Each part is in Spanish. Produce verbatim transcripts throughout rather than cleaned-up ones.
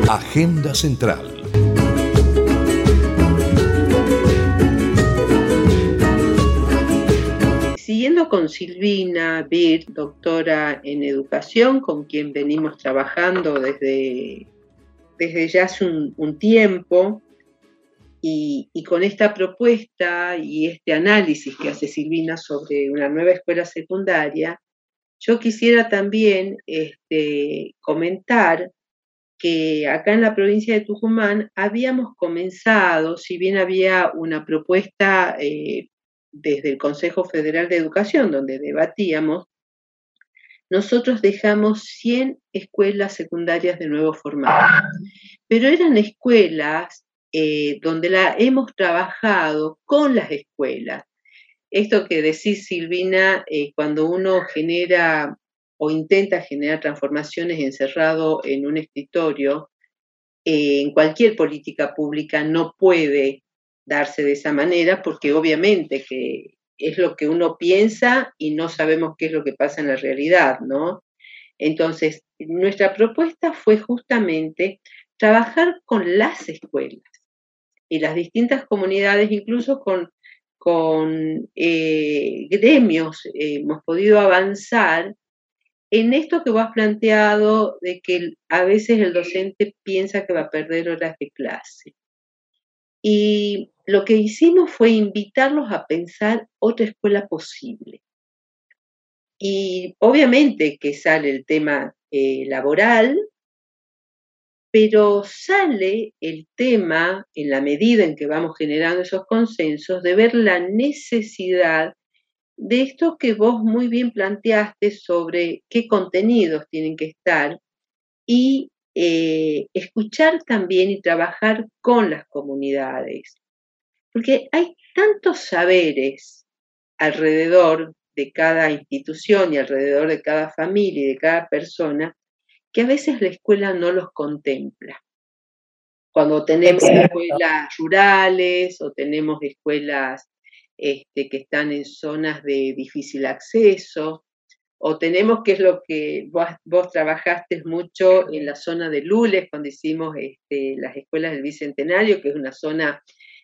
Agenda Central. Siguiendo con Silvina Bir, doctora en educación, con quien venimos trabajando desde, desde ya hace un, un tiempo, y, y con esta propuesta y este análisis que hace Silvina sobre una nueva escuela secundaria, yo quisiera también este, comentar que acá en la provincia de Tucumán habíamos comenzado, si bien había una propuesta eh, desde el Consejo Federal de Educación, donde debatíamos, nosotros dejamos cien escuelas secundarias de nuevo formato, pero eran escuelas eh, donde la hemos trabajado con las escuelas. Esto que decís, Silvina, eh, cuando uno genera o intenta generar transformaciones encerrado en un escritorio, eh, en cualquier política pública no puede darse de esa manera, porque obviamente que es lo que uno piensa y no sabemos qué es lo que pasa en la realidad, ¿no? Entonces, nuestra propuesta fue justamente trabajar con las escuelas y las distintas comunidades, incluso con, con eh, gremios, eh, hemos podido avanzar en esto que vos has planteado de que a veces el docente piensa que va a perder horas de clase. Y lo que hicimos fue invitarlos a pensar otra escuela posible. Y obviamente que sale el tema eh, laboral, pero sale el tema, en la medida en que vamos generando esos consensos, de ver la necesidad de esto que vos muy bien planteaste sobre qué contenidos tienen que estar y eh, escuchar también y trabajar con las comunidades. Porque hay tantos saberes alrededor de cada institución y alrededor de cada familia y de cada persona que a veces la escuela no los contempla. Cuando tenemos escuelas rurales o tenemos escuelas este, que están en zonas de difícil acceso, o tenemos, que es lo que vos, vos trabajaste mucho en la zona de Lules, cuando hicimos este, las escuelas del Bicentenario, que es una zona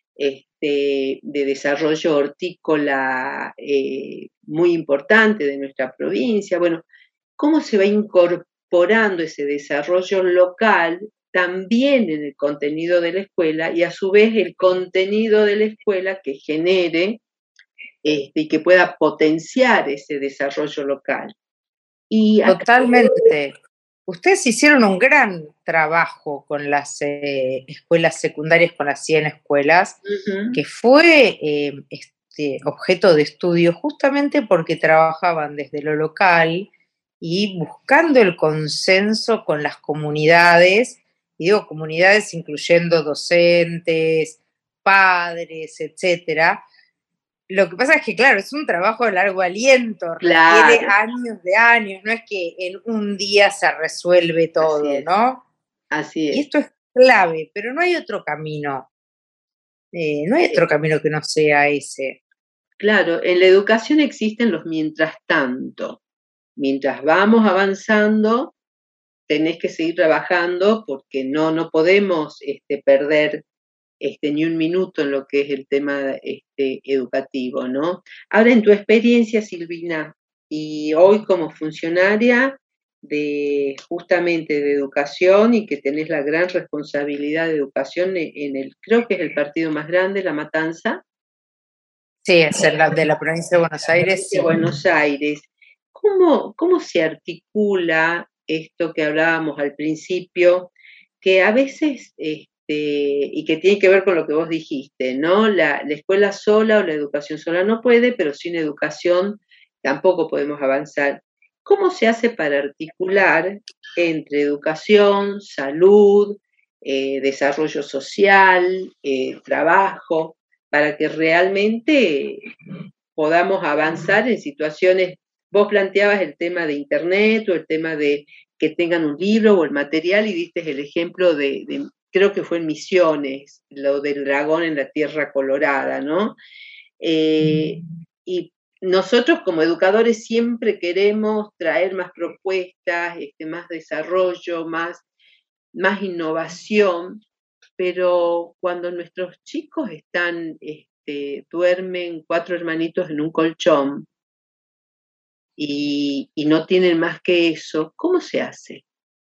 este, de desarrollo hortícola eh, muy importante de nuestra provincia. Bueno, ¿cómo se va incorporando ese desarrollo local también en el contenido de la escuela y a su vez el contenido de la escuela que genere este, y que pueda potenciar ese desarrollo local? Y acá... Totalmente. Ustedes hicieron un gran trabajo con las eh, escuelas secundarias, con las cien escuelas, uh-huh. que fue eh, este, objeto de estudio justamente porque trabajaban desde lo local y buscando el consenso con las comunidades, y digo comunidades incluyendo docentes, padres, etcétera. Lo que pasa es que, claro, es un trabajo de largo aliento, claro. requiere años de años, no es que en un día se resuelve todo, Así es. ¿no? Así es. Y esto es clave, pero no hay otro camino, eh, no hay otro camino que no sea ese. Claro, en la educación existen los mientras tanto. Mientras vamos avanzando, tenés que seguir trabajando porque no, no podemos este, perder Este, ni un minuto en lo que es el tema este, educativo, ¿no? Ahora, en tu experiencia, Silvina, y hoy como funcionaria de justamente de educación y que tenés la gran responsabilidad de educación en el, creo que es el partido más grande, La Matanza. Sí, es el de la provincia de Buenos Aires. De Buenos Aires. ¿Cómo, cómo se articula esto que hablábamos al principio, que a veces... Este, Este, y que tiene que ver con lo que vos dijiste, ¿no? La, la escuela sola o la educación sola no puede, pero sin educación tampoco podemos avanzar. ¿Cómo se hace para articular entre educación, salud, eh, desarrollo social, eh, trabajo, para que realmente podamos avanzar en situaciones? Vos planteabas el tema de internet o el tema de que tengan un libro o el material y diste el ejemplo de, de creo que fue en Misiones, lo del dragón en la tierra colorada, ¿no? Eh, y nosotros como educadores siempre queremos traer más propuestas, este, más desarrollo, más... más innovación, pero cuando nuestros chicos están, este, duermen cuatro hermanitos en un colchón y, y no tienen más que eso, ¿cómo se hace?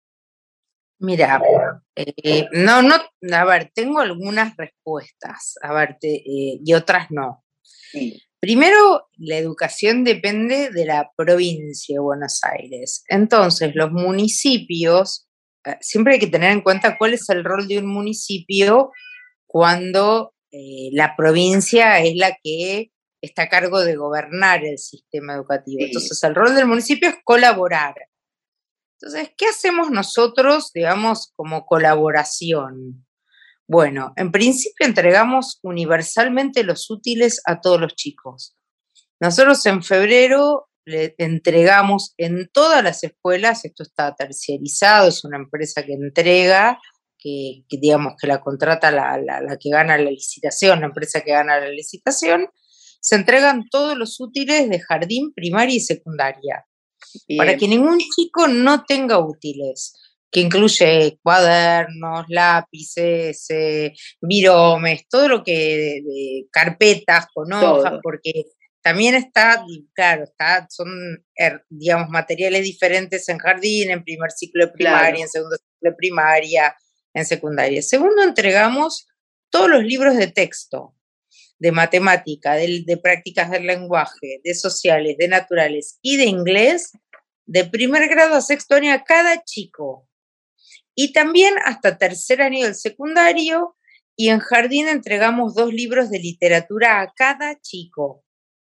Mira, eh, no, no, a ver, tengo algunas respuestas, a ver, te, eh, y otras no. Sí. Primero, la educación depende de la provincia de Buenos Aires. Entonces, los municipios, eh, siempre hay que tener en cuenta cuál es el rol de un municipio cuando eh, la provincia es la que está a cargo de gobernar el sistema educativo. Sí. Entonces, el rol del municipio es colaborar. Entonces, ¿qué hacemos nosotros, digamos, como colaboración? Bueno, en principio entregamos universalmente los útiles a todos los chicos. Nosotros en febrero le entregamos en todas las escuelas, esto está terciarizado, es una empresa que entrega, que, que digamos que la contrata la, la, la que gana la licitación, la empresa que gana la licitación, se entregan todos los útiles de jardín, primaria y secundaria. Bien. Para que ningún chico no tenga útiles, que incluye cuadernos, lápices, eh, viromes, todo lo que, de, de carpetas con hojas, todo. Porque también está, claro, está, son, digamos, materiales diferentes en jardín, en primer ciclo de primaria, claro. En segundo ciclo de primaria, en secundaria. Segundo, entregamos todos los libros de texto, de matemática, de, de prácticas del lenguaje, de sociales, de naturales y de inglés, de primer grado a sexto año a cada chico. Y también hasta tercer año del secundario, y en jardín entregamos dos libros de literatura a cada chico.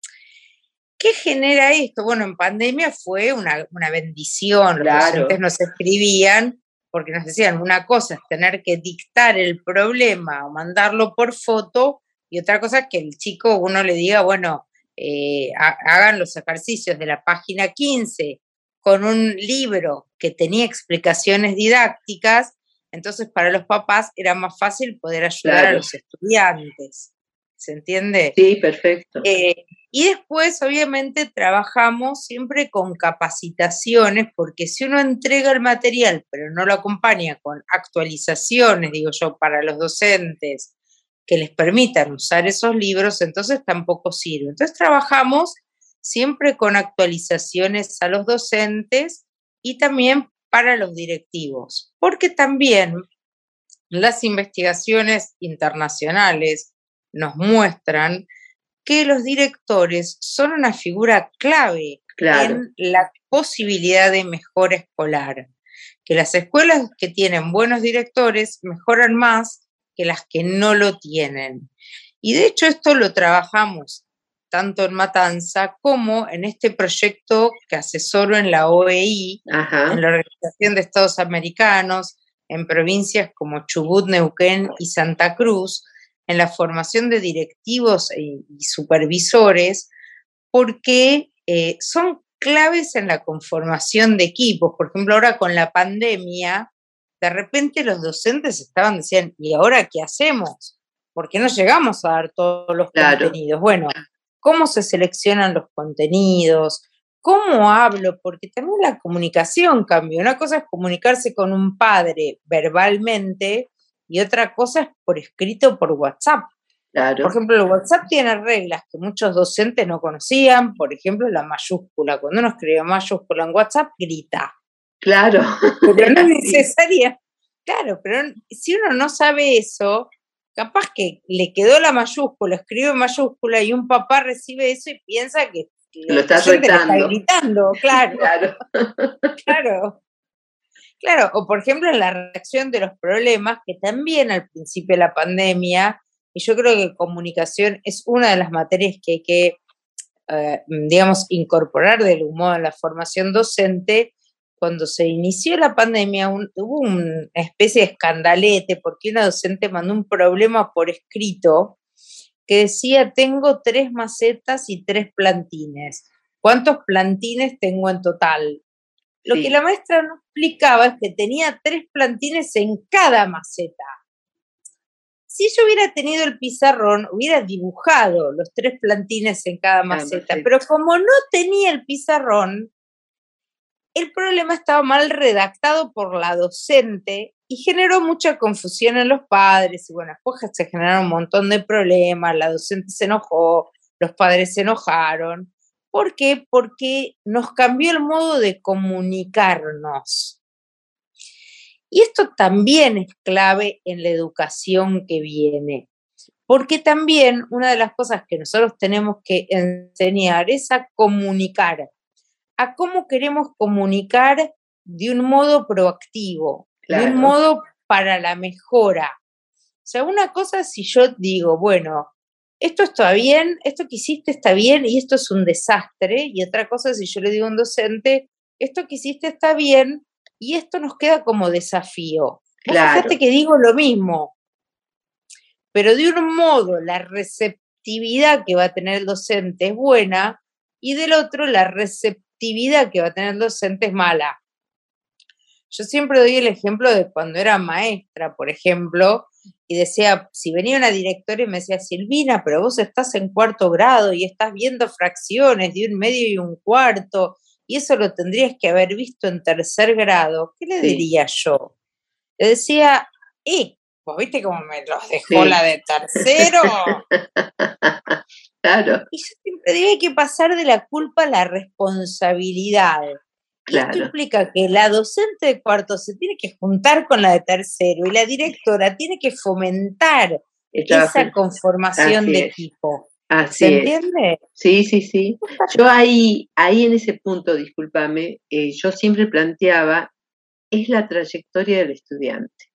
¿Qué genera esto? Bueno, en pandemia fue una, una bendición, los claro. docentes nos escribían, porque nos decían, una cosa es tener que dictar el problema o mandarlo por foto, y otra cosa es que el chico, uno le diga, bueno, eh, hagan los ejercicios de la página quince con un libro que tenía explicaciones didácticas, entonces para los papás era más fácil poder ayudar claro. a los estudiantes. ¿Se entiende? Sí, perfecto. Eh, y después, obviamente, trabajamos siempre con capacitaciones, porque si uno entrega el material, pero no lo acompaña con actualizaciones, digo yo, para los docentes, que les permitan usar esos libros, entonces tampoco sirve. Entonces trabajamos siempre con actualizaciones a los docentes y también para los directivos, porque también las investigaciones internacionales nos muestran que los directores son una figura clave claro. en la posibilidad de mejora escolar, que las escuelas que tienen buenos directores mejoran más que las que no lo tienen. Y de hecho esto lo trabajamos tanto en Matanza como en este proyecto que asesoro en la O E I, Ajá. en la Organización de Estados Americanos, en provincias como Chubut, Neuquén y Santa Cruz, en la formación de directivos y supervisores, porque eh, son claves en la conformación de equipos. Por ejemplo, ahora con la pandemia, de repente los docentes estaban, decían, ¿y ahora qué hacemos? ¿Por qué no llegamos a dar todos los claro. contenidos? Bueno, ¿cómo se seleccionan los contenidos? ¿Cómo hablo? Porque también la comunicación cambió. Una cosa es comunicarse con un padre verbalmente y otra cosa es por escrito por WhatsApp. Claro. Por ejemplo, el WhatsApp tiene reglas que muchos docentes no conocían. Por ejemplo, la mayúscula. Cuando uno escribe mayúscula en WhatsApp, grita. Claro. Pero no es necesaria. Claro, pero si uno no sabe eso, capaz que le quedó la mayúscula, escribe mayúscula y un papá recibe eso y piensa que lo está retando. Le está gritando, claro. Claro. Claro. Claro, o por ejemplo en la reacción de los problemas, que también al principio de la pandemia, y yo creo que comunicación es una de las materias que hay que, eh, digamos, incorporar del modo en la formación docente. Cuando se inició la pandemia un, hubo una especie de escandalete porque una docente mandó un problema por escrito que decía, tengo tres macetas y tres plantines. ¿Cuántos plantines tengo en total? Lo sí. que la maestra no explicaba es que tenía tres plantines en cada maceta. Si yo hubiera tenido el pizarrón, hubiera dibujado los tres plantines en cada maceta, ah, pero como no tenía el pizarrón, el problema estaba mal redactado por la docente y generó mucha confusión en los padres, y bueno, después se generaron un montón de problemas, la docente se enojó, los padres se enojaron. ¿Por qué? Porque nos cambió el modo de comunicarnos. Y esto también es clave en la educación que viene, porque también una de las cosas que nosotros tenemos que enseñar es a comunicar, a cómo queremos comunicar de un modo proactivo, claro, de un modo para la mejora. O sea, una cosa es si yo digo, bueno, esto está bien, esto que hiciste está bien y esto es un desastre, y otra cosa es si yo le digo a un docente, esto que hiciste está bien y esto nos queda como desafío. Claro. Fíjate que digo lo mismo, pero de un modo la receptividad que va a tener el docente es buena y del otro la receptividad que va a tener el docente es mala. Yo siempre doy el ejemplo de cuando era maestra, por ejemplo, y decía, si venía una directora y me decía, Silvina, pero vos estás en cuarto grado y estás viendo fracciones de un medio y un cuarto, y eso lo tendrías que haber visto en tercer grado, ¿qué le sí. diría yo? Le decía, ¿eh? ¿Vos viste cómo me los dejó sí. la de tercero? Claro. Y yo siempre digo, hay que pasar de la culpa a la responsabilidad. Claro. Y esto implica que la docente de cuarto se tiene que juntar con la de tercero y la directora tiene que fomentar esa conformación Así de es. equipo. Así ¿Se es. entiende? Sí, sí, sí. Yo ahí, ahí en ese punto, discúlpame, eh, yo siempre planteaba, es la trayectoria del estudiante.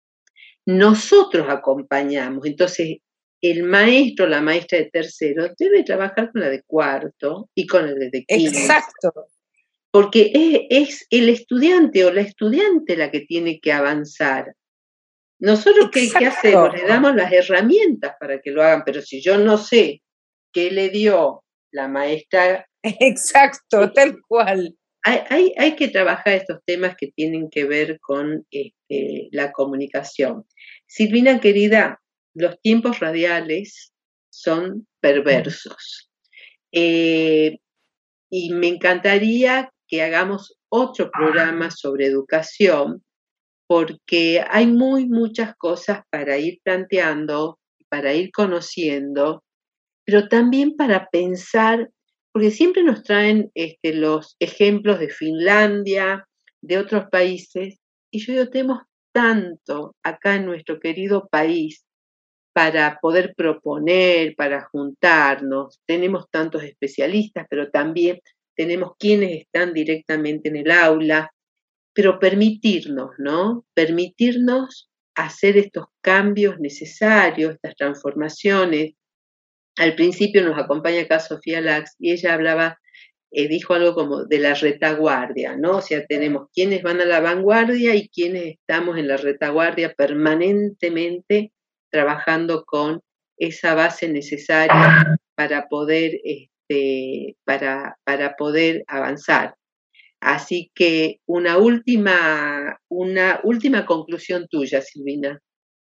Nosotros acompañamos, entonces el maestro, la maestra de tercero, debe trabajar con la de cuarto y con la de quinto. Exacto. Porque es, es el estudiante o la estudiante la que tiene que avanzar. Nosotros, ¿qué, ¿qué hacemos? Le damos las herramientas para que lo hagan, pero si yo no sé qué le dio la maestra... Exacto, tal cual. Hay, hay, hay que trabajar estos temas que tienen que ver con este, la comunicación. Silvina, querida, los tiempos radiales son perversos. Eh, y me encantaría que hagamos otro programa sobre educación, porque hay muy muchas cosas para ir planteando, para ir conociendo, pero también para pensar, porque siempre nos traen este, los ejemplos de Finlandia, de otros países, y yo digo, tenemos tanto acá en nuestro querido país para poder proponer, para juntarnos, tenemos tantos especialistas, pero también tenemos quienes están directamente en el aula, pero permitirnos, ¿no? Permitirnos hacer estos cambios necesarios, estas transformaciones. Al principio nos acompaña acá Sofía Lax y ella hablaba, eh, dijo algo como de la retaguardia, ¿no? O sea, tenemos quienes van a la vanguardia y quienes estamos en la retaguardia permanentemente trabajando con esa base necesaria para poder, este, para, para poder avanzar. Así que una última, una última conclusión tuya, Silvina.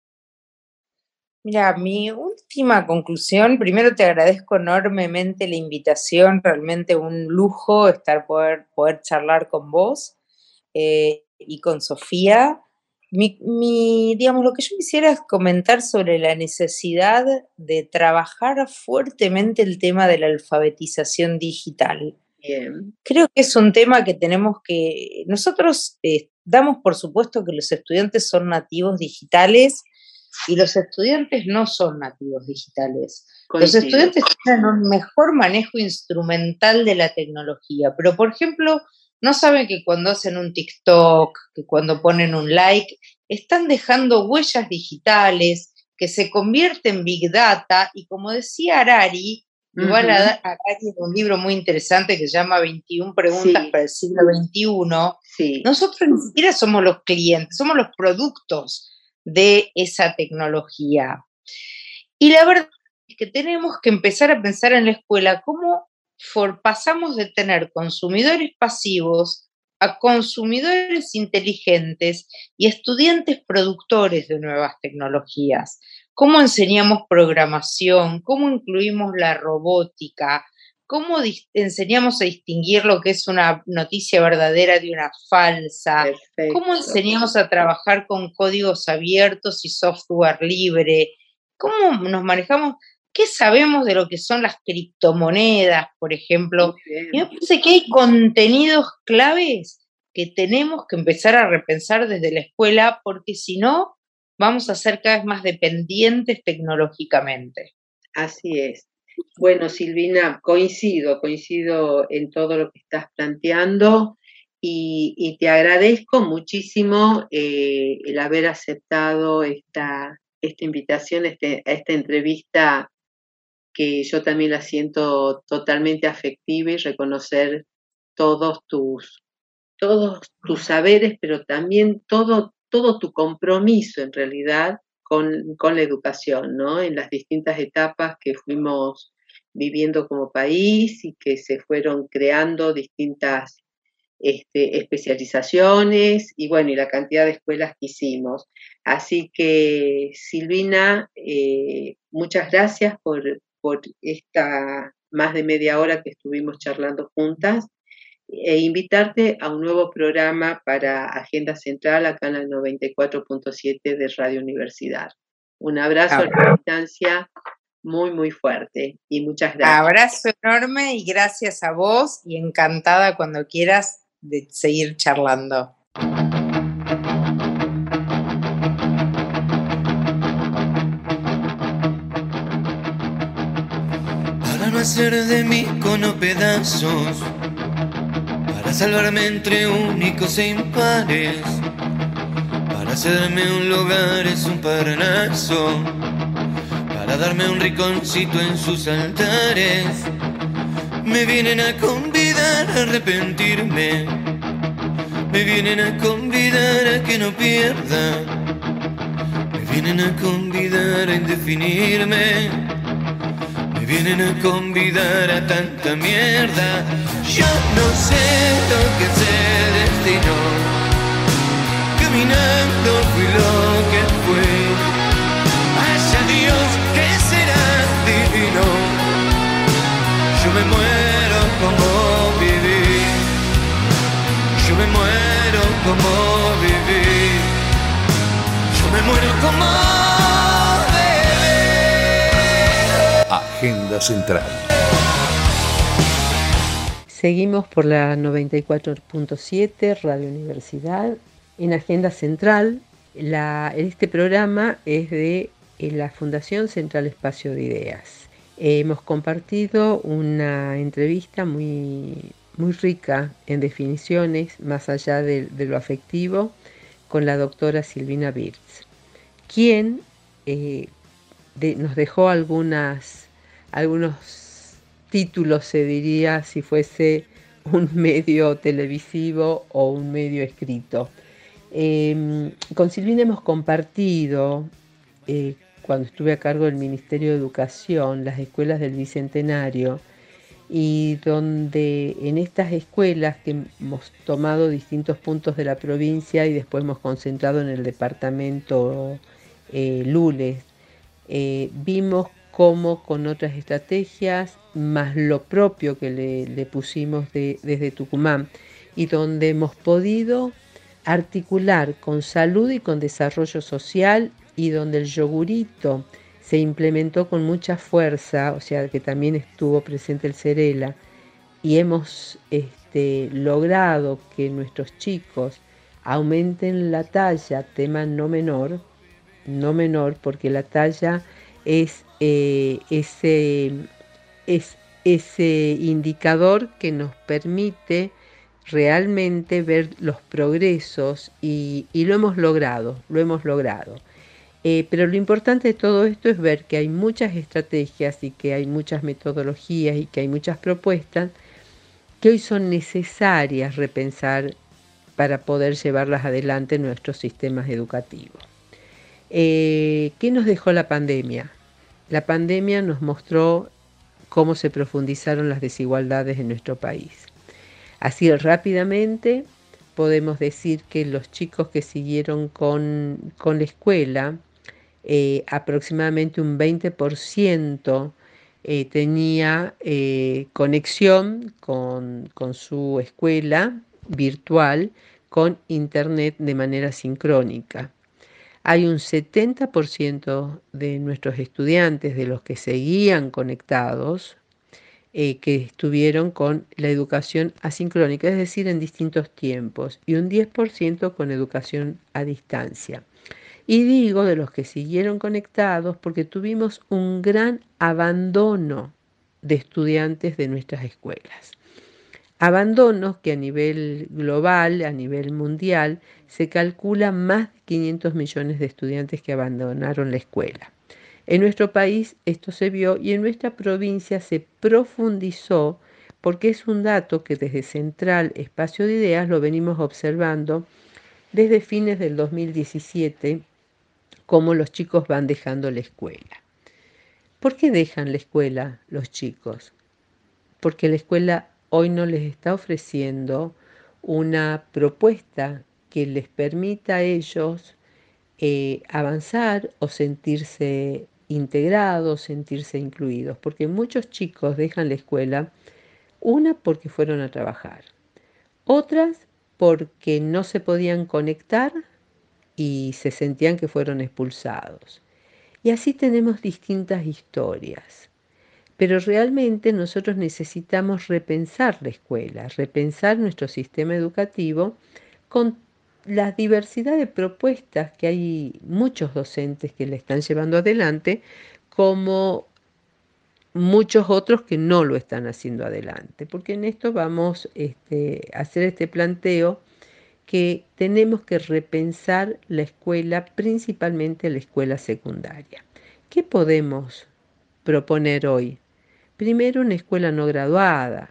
Mira, mi última conclusión, primero te agradezco enormemente la invitación, realmente un lujo estar poder, poder charlar con vos eh, y con Sofía. Mi, mi, digamos, lo que yo quisiera es comentar sobre la necesidad de trabajar fuertemente el tema de la alfabetización digital. Bien. Creo que es un tema que tenemos que, nosotros eh, damos por supuesto que los estudiantes son nativos digitales y los estudiantes no son nativos digitales. Coincido. Los estudiantes tienen un mejor manejo instrumental de la tecnología, pero por ejemplo, no saben que cuando hacen un TikTok, que cuando ponen un like, están dejando huellas digitales que se convierten en Big Data y como decía Harari, igual uh-huh. Harari tiene un libro muy interesante que se llama veintiuna preguntas sí. para el siglo veintiuno. Sí. Nosotros ni siquiera somos los clientes, somos los productos de esa tecnología. Y la verdad es que tenemos que empezar a pensar en la escuela cómo for, pasamos de tener consumidores pasivos a consumidores inteligentes y estudiantes productores de nuevas tecnologías. ¿Cómo enseñamos programación? ¿Cómo incluimos la robótica? cómo dis- enseñamos a distinguir lo que es una noticia verdadera de una falsa, Perfecto. cómo enseñamos a trabajar con códigos abiertos y software libre, cómo nos manejamos, qué sabemos de lo que son las criptomonedas, por ejemplo. Muy bien. Y me parece que hay contenidos claves que tenemos que empezar a repensar desde la escuela, porque si no, vamos a ser cada vez más dependientes tecnológicamente. Así es. Bueno, Silvina, coincido, coincido en todo lo que estás planteando y, y te agradezco muchísimo eh, el haber aceptado esta, esta invitación, este, a esta entrevista que yo también la siento totalmente afectiva y reconocer todos tus, todos tus saberes, pero también todo, todo tu compromiso en realidad con, con la educación, ¿no? En las distintas etapas que fuimos viviendo como país y que se fueron creando distintas este, especializaciones y bueno, y la cantidad de escuelas que hicimos. Así que, Silvina, eh, muchas gracias por, por esta más de media hora que estuvimos charlando juntas e invitarte a un nuevo programa para Agenda Central acá en la noventa y cuatro punto siete de Radio Universidad. Un abrazo a la distancia muy, muy fuerte y muchas gracias. Abrazo enorme y gracias a vos y encantada cuando quieras de seguir charlando. Para no hacer de mí cono pedazos, para salvarme entre únicos e impares, para hacerme un lugar es un parnaso, para darme un rinconcito en sus altares. Me vienen a convidar a arrepentirme, me vienen a convidar a que no pierda, me vienen a convidar a indefinirme, me vienen a convidar a tanta mierda. Yo no sé lo que es el destino, caminando fui lo que fui. Haya Dios que será divino. Yo me muero como viví, yo me muero como viví, yo me muero como viví. Agenda Central. Seguimos por la noventa y cuatro punto siete Radio Universidad. En Agenda Central, la, este programa es de la Fundación Central Espacio de Ideas. Hemos compartido una entrevista muy, muy rica en definiciones, más allá de, de lo afectivo, con la doctora Silvina Birz, quien eh, de, nos dejó algunas, algunos títulos, se diría, si fuese un medio televisivo o un medio escrito. Eh, con Silvina hemos compartido eh, cuando estuve a cargo del Ministerio de Educación, las escuelas del Bicentenario, y donde en estas escuelas que hemos tomado distintos puntos de la provincia y después hemos concentrado en el departamento eh, Lules, eh, vimos cómo con otras estrategias, más lo propio que le, le pusimos de, desde Tucumán, y donde hemos podido articular con salud y con desarrollo social, y donde el yogurito se implementó con mucha fuerza, o sea que también estuvo presente el Cerela, y hemos este, logrado que nuestros chicos aumenten la talla, tema no menor, no menor, porque la talla es, eh, ese, es ese indicador que nos permite realmente ver los progresos y, y lo hemos logrado, lo hemos logrado. Eh, pero lo importante de todo esto es ver que hay muchas estrategias y que hay muchas metodologías y que hay muchas propuestas que hoy son necesarias repensar para poder llevarlas adelante en nuestros sistemas educativos. Eh, ¿Qué nos dejó la pandemia? La pandemia nos mostró cómo se profundizaron las desigualdades en nuestro país. Así rápidamente podemos decir que los chicos que siguieron con, con la escuela, Eh, aproximadamente un veinte por ciento eh, tenía eh, conexión con, con su escuela virtual con internet de manera sincrónica. Hay un setenta por ciento de nuestros estudiantes, de los que seguían conectados, eh, que estuvieron con la educación asincrónica, es decir, en distintos tiempos, y un diez por ciento con educación a distancia. Y digo de los que siguieron conectados porque tuvimos un gran abandono de estudiantes de nuestras escuelas. Abandonos que a nivel global, a nivel mundial, se calcula más de quinientos millones de estudiantes que abandonaron la escuela. En nuestro país esto se vio y en nuestra provincia se profundizó porque es un dato que desde Central Espacio de Ideas lo venimos observando desde fines del dos mil diecisiete, cómo los chicos van dejando la escuela. ¿Por qué dejan la escuela los chicos? Porque la escuela hoy no les está ofreciendo una propuesta que les permita a ellos eh, avanzar o sentirse integrados, sentirse incluidos, porque muchos chicos dejan la escuela, una porque fueron a trabajar, otras porque no se podían conectar y se sentían que fueron expulsados. Y así tenemos distintas historias. Pero realmente nosotros necesitamos repensar la escuela, repensar nuestro sistema educativo con la diversidad de propuestas que hay muchos docentes que le están llevando adelante, como muchos otros que no lo están haciendo adelante. Porque en esto vamos este, a hacer este planteo que tenemos que repensar la escuela, principalmente la escuela secundaria. ¿Qué podemos proponer hoy? Primero, una escuela no graduada.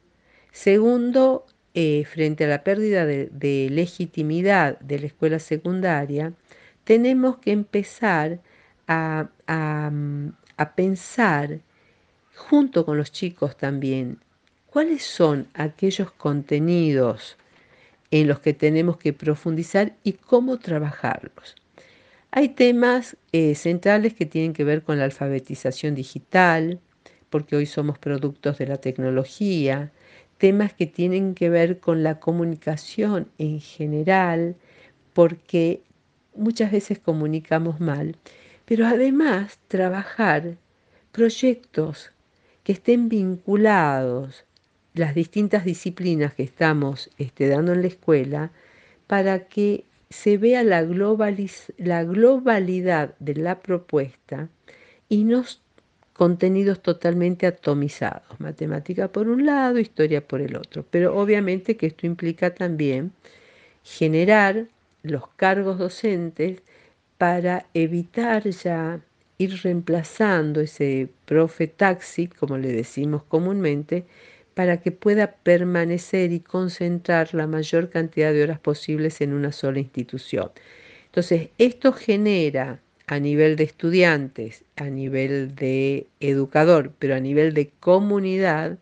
Segundo, eh, frente a la pérdida de, de legitimidad de la escuela secundaria, tenemos que empezar a, a, a pensar, junto con los chicos también, cuáles son aquellos contenidos en los que tenemos que profundizar y cómo trabajarlos. Hay temas eh, centrales que tienen que ver con la alfabetización digital, porque hoy somos productos de la tecnología, temas que tienen que ver con la comunicación en general, porque muchas veces comunicamos mal, pero además trabajar proyectos que estén vinculados, las distintas disciplinas que estamos este, dando en la escuela, para que se vea la, globaliz- la globalidad de la propuesta y no contenidos totalmente atomizados, matemática por un lado, historia por el otro. Pero obviamente que esto implica también generar los cargos docentes para evitar ya ir reemplazando ese profe taxi, como le decimos comúnmente, para que pueda permanecer y concentrar la mayor cantidad de horas posibles en una sola institución. Entonces, esto genera a nivel de estudiantes, a nivel de educador, pero a nivel de comunidad,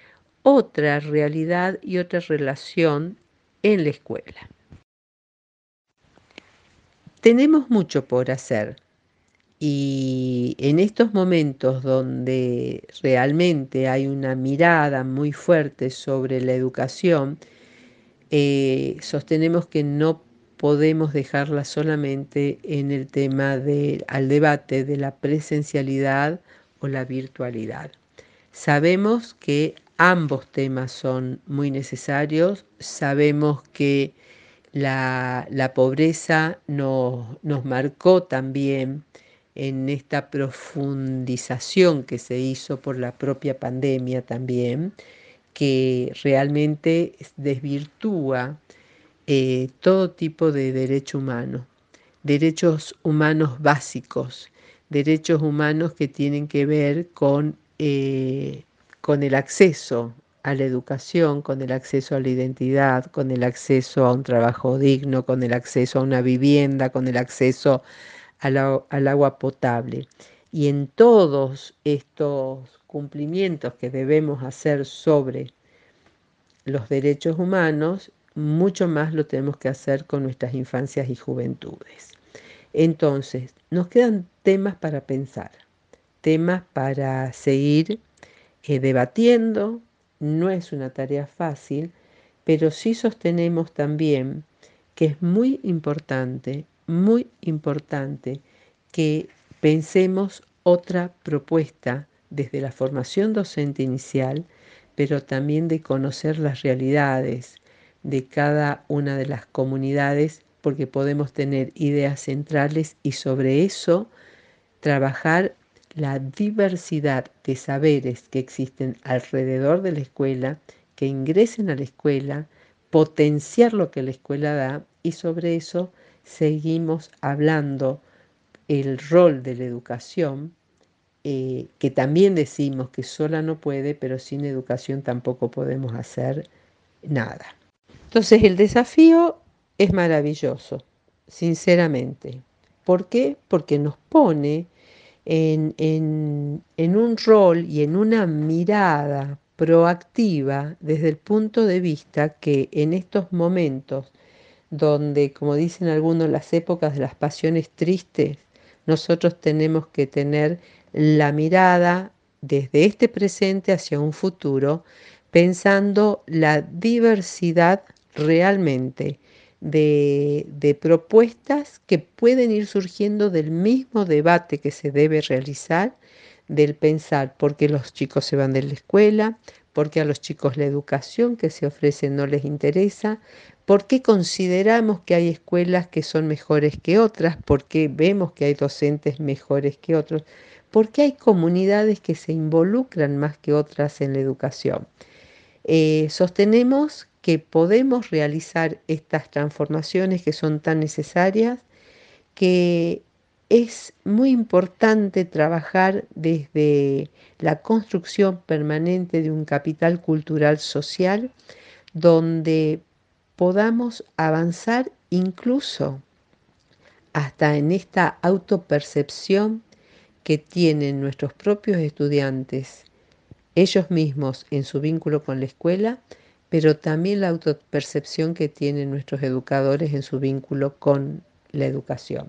otra realidad y otra relación en la escuela. Tenemos mucho por hacer y en estos momentos donde realmente hay una mirada muy fuerte sobre la educación, eh, sostenemos que no podemos dejarla solamente en el tema de, al debate de la presencialidad o la virtualidad. Sabemos que ambos temas son muy necesarios, sabemos que la, la pobreza nos, nos marcó también en esta profundización que se hizo por la propia pandemia también, que realmente desvirtúa eh, todo tipo de derecho humano, derechos humanos básicos, derechos humanos que tienen que ver con, eh, con el acceso a la educación, con el acceso a la identidad, con el acceso a un trabajo digno, con el acceso a una vivienda, con el acceso al, al agua potable. Y en todos estos cumplimientos que debemos hacer sobre los derechos humanos, mucho más lo tenemos que hacer con nuestras infancias y juventudes. Entonces, nos quedan temas para pensar, temas para seguir eh, debatiendo. No es una tarea fácil, pero sí sostenemos también que es muy importante, muy importante que pensemos otra propuesta desde la formación docente inicial, pero también de conocer las realidades de cada una de las comunidades, porque podemos tener ideas centrales y sobre eso trabajar la diversidad de saberes que existen alrededor de la escuela, que ingresen a la escuela, potenciar lo que la escuela da, y sobre eso seguimos hablando el rol de la educación, eh, que también decimos que sola no puede, pero sin educación tampoco podemos hacer nada. Entonces el desafío es maravilloso, sinceramente. ¿Por qué? Porque nos pone en, en, en un rol y en una mirada proactiva desde el punto de vista que en estos momentos donde, como dicen algunos, las épocas de las pasiones tristes, nosotros tenemos que tener la mirada desde este presente hacia un futuro, pensando la diversidad realmente de, de propuestas que pueden ir surgiendo del mismo debate que se debe realizar, del pensar por qué los chicos se van de la escuela, por qué a los chicos la educación que se ofrece no les interesa, por qué consideramos que hay escuelas que son mejores que otras, por qué vemos que hay docentes mejores que otros, por qué hay comunidades que se involucran más que otras en la educación. Eh, sostenemos que podemos realizar estas transformaciones que son tan necesarias, que es muy importante trabajar desde la construcción permanente de un capital cultural social donde podamos avanzar incluso hasta en esta autopercepción que tienen nuestros propios estudiantes, ellos mismos en su vínculo con la escuela, pero también la autopercepción que tienen nuestros educadores en su vínculo con la educación.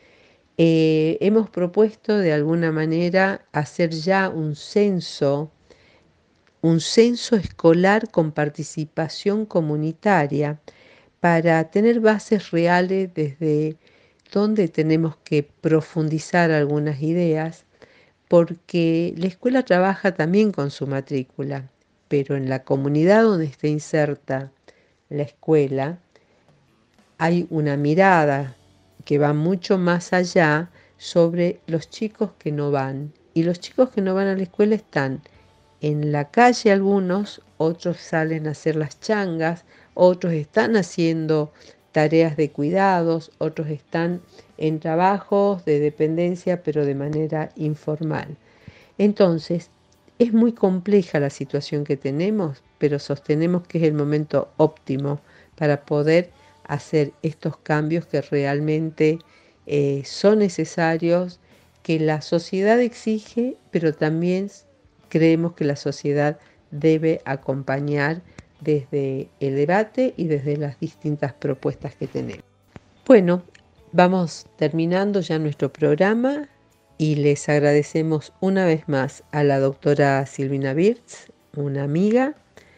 Eh, hemos propuesto de alguna manera hacer ya un censo, un censo escolar con participación comunitaria para tener bases reales desde donde tenemos que profundizar algunas ideas, porque la escuela trabaja también con su matrícula, pero en la comunidad donde está inserta la escuela hay una mirada que va mucho más allá sobre los chicos que no van. Y los chicos que no van a la escuela están en la calle algunos, otros salen a hacer las changas, otros están haciendo tareas de cuidados, otros están en trabajos de dependencia, pero de manera informal. Entonces, es muy compleja la situación que tenemos, pero sostenemos que es el momento óptimo para poder hacer estos cambios que realmente eh, son necesarios, que la sociedad exige, pero también creemos que la sociedad debe acompañar desde el debate y desde las distintas propuestas que tenemos. Bueno, vamos terminando ya nuestro programa y les agradecemos una vez más a la doctora Silvina Birtz, una amiga,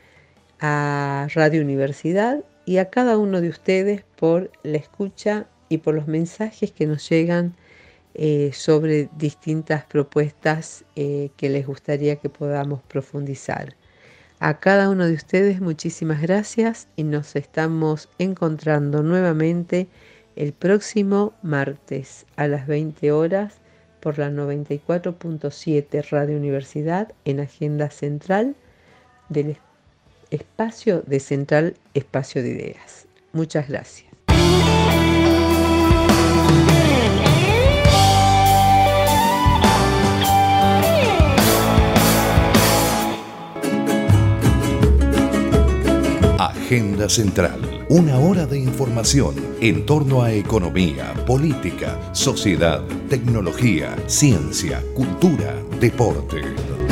a Radio Universidad y a cada uno de ustedes por la escucha y por los mensajes que nos llegan eh, sobre distintas propuestas eh, que les gustaría que podamos profundizar. A cada uno de ustedes muchísimas gracias y nos estamos encontrando nuevamente el próximo martes a las veinte horas por la noventa y cuatro punto siete Radio Universidad en Agenda Central del Espacio de Central Espacio de Ideas. Muchas gracias. Agenda Central, una hora de información en torno a economía, política, sociedad, tecnología, ciencia, cultura, deporte.